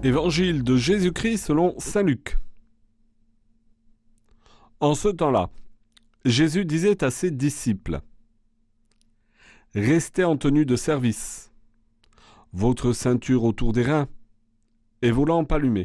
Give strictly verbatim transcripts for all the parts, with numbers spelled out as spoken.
Évangile de Jésus-Christ selon saint Luc. En ce temps-là, Jésus disait à ses disciples : « Restez en tenue de service, votre ceinture autour des reins et vos lampes allumées.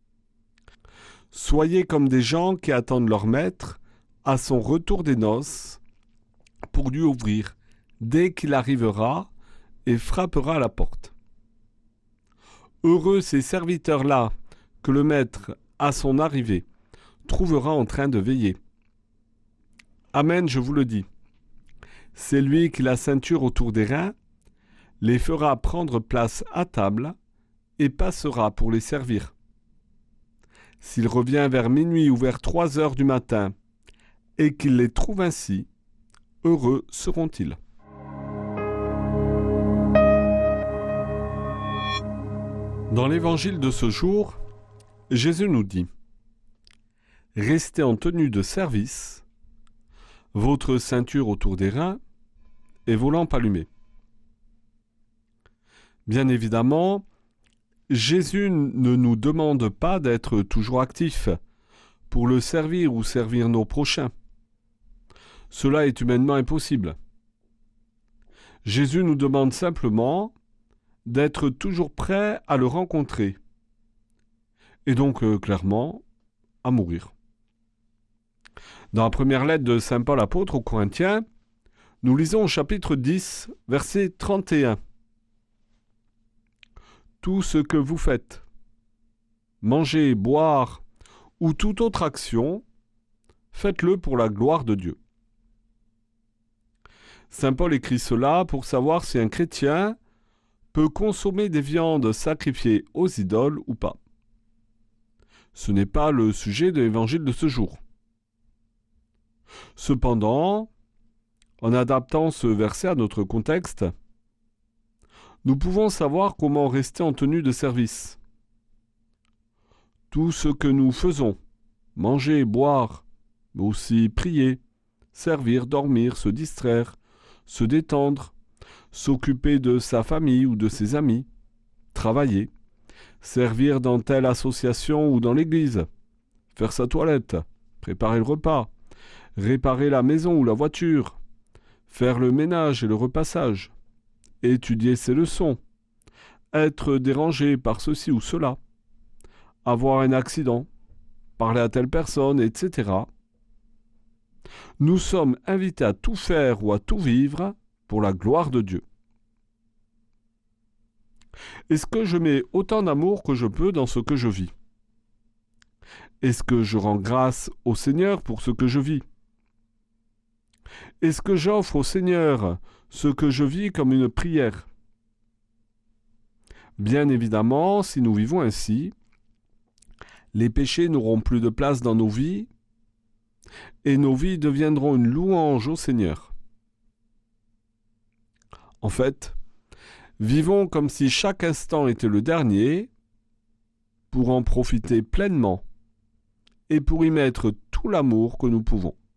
Soyez comme des gens qui attendent leur maître à son retour des noces pour lui ouvrir dès qu'il arrivera et frappera à la porte. Heureux ces serviteurs-là que le maître, à son arrivée, trouvera en train de veiller. Amen, je vous le dis. C'est lui qui la ceinture autour des reins les fera prendre place à table et passera pour les servir. S'il revient vers minuit ou vers trois heures du matin et qu'il les trouve ainsi, heureux seront-ils. » Dans l'évangile de ce jour, Jésus nous dit : « Restez en tenue de service, votre ceinture autour des reins et vos lampes allumées. » Bien évidemment, Jésus ne nous demande pas d'être toujours actifs pour le servir ou servir nos prochains. Cela est humainement impossible. Jésus nous demande simplement d'être toujours prêt à le rencontrer, et donc euh, clairement à mourir. Dans la première lettre de saint Paul apôtre aux Corinthiens, nous lisons au chapitre dix, verset trente et un. « Tout ce que vous faites, manger, boire ou toute autre action, faites-le pour la gloire de Dieu. » Saint Paul écrit cela pour savoir si un chrétien peut consommer des viandes sacrifiées aux idoles ou pas. Ce n'est pas le sujet de l'évangile de ce jour. Cependant, en adaptant ce verset à notre contexte, nous pouvons savoir comment rester en tenue de service. Tout ce que nous faisons, manger, boire, mais aussi prier, servir, dormir, se distraire, se détendre, s'occuper de sa famille ou de ses amis, travailler, servir dans telle association ou dans l'église, faire sa toilette, préparer le repas, réparer la maison ou la voiture, faire le ménage et le repassage, étudier ses leçons, être dérangé par ceci ou cela, avoir un accident, parler à telle personne, et cetera. Nous sommes invités à tout faire ou à tout vivre pour la gloire de Dieu. Est-ce que je mets autant d'amour que je peux dans ce que je vis ? Est-ce que je rends grâce au Seigneur pour ce que je vis ? Est-ce que j'offre au Seigneur ce que je vis comme une prière ? Bien évidemment, si nous vivons ainsi, les péchés n'auront plus de place dans nos vies et nos vies deviendront une louange au Seigneur. En fait, vivons comme si chaque instant était le dernier pour en profiter pleinement et pour y mettre tout l'amour que nous pouvons.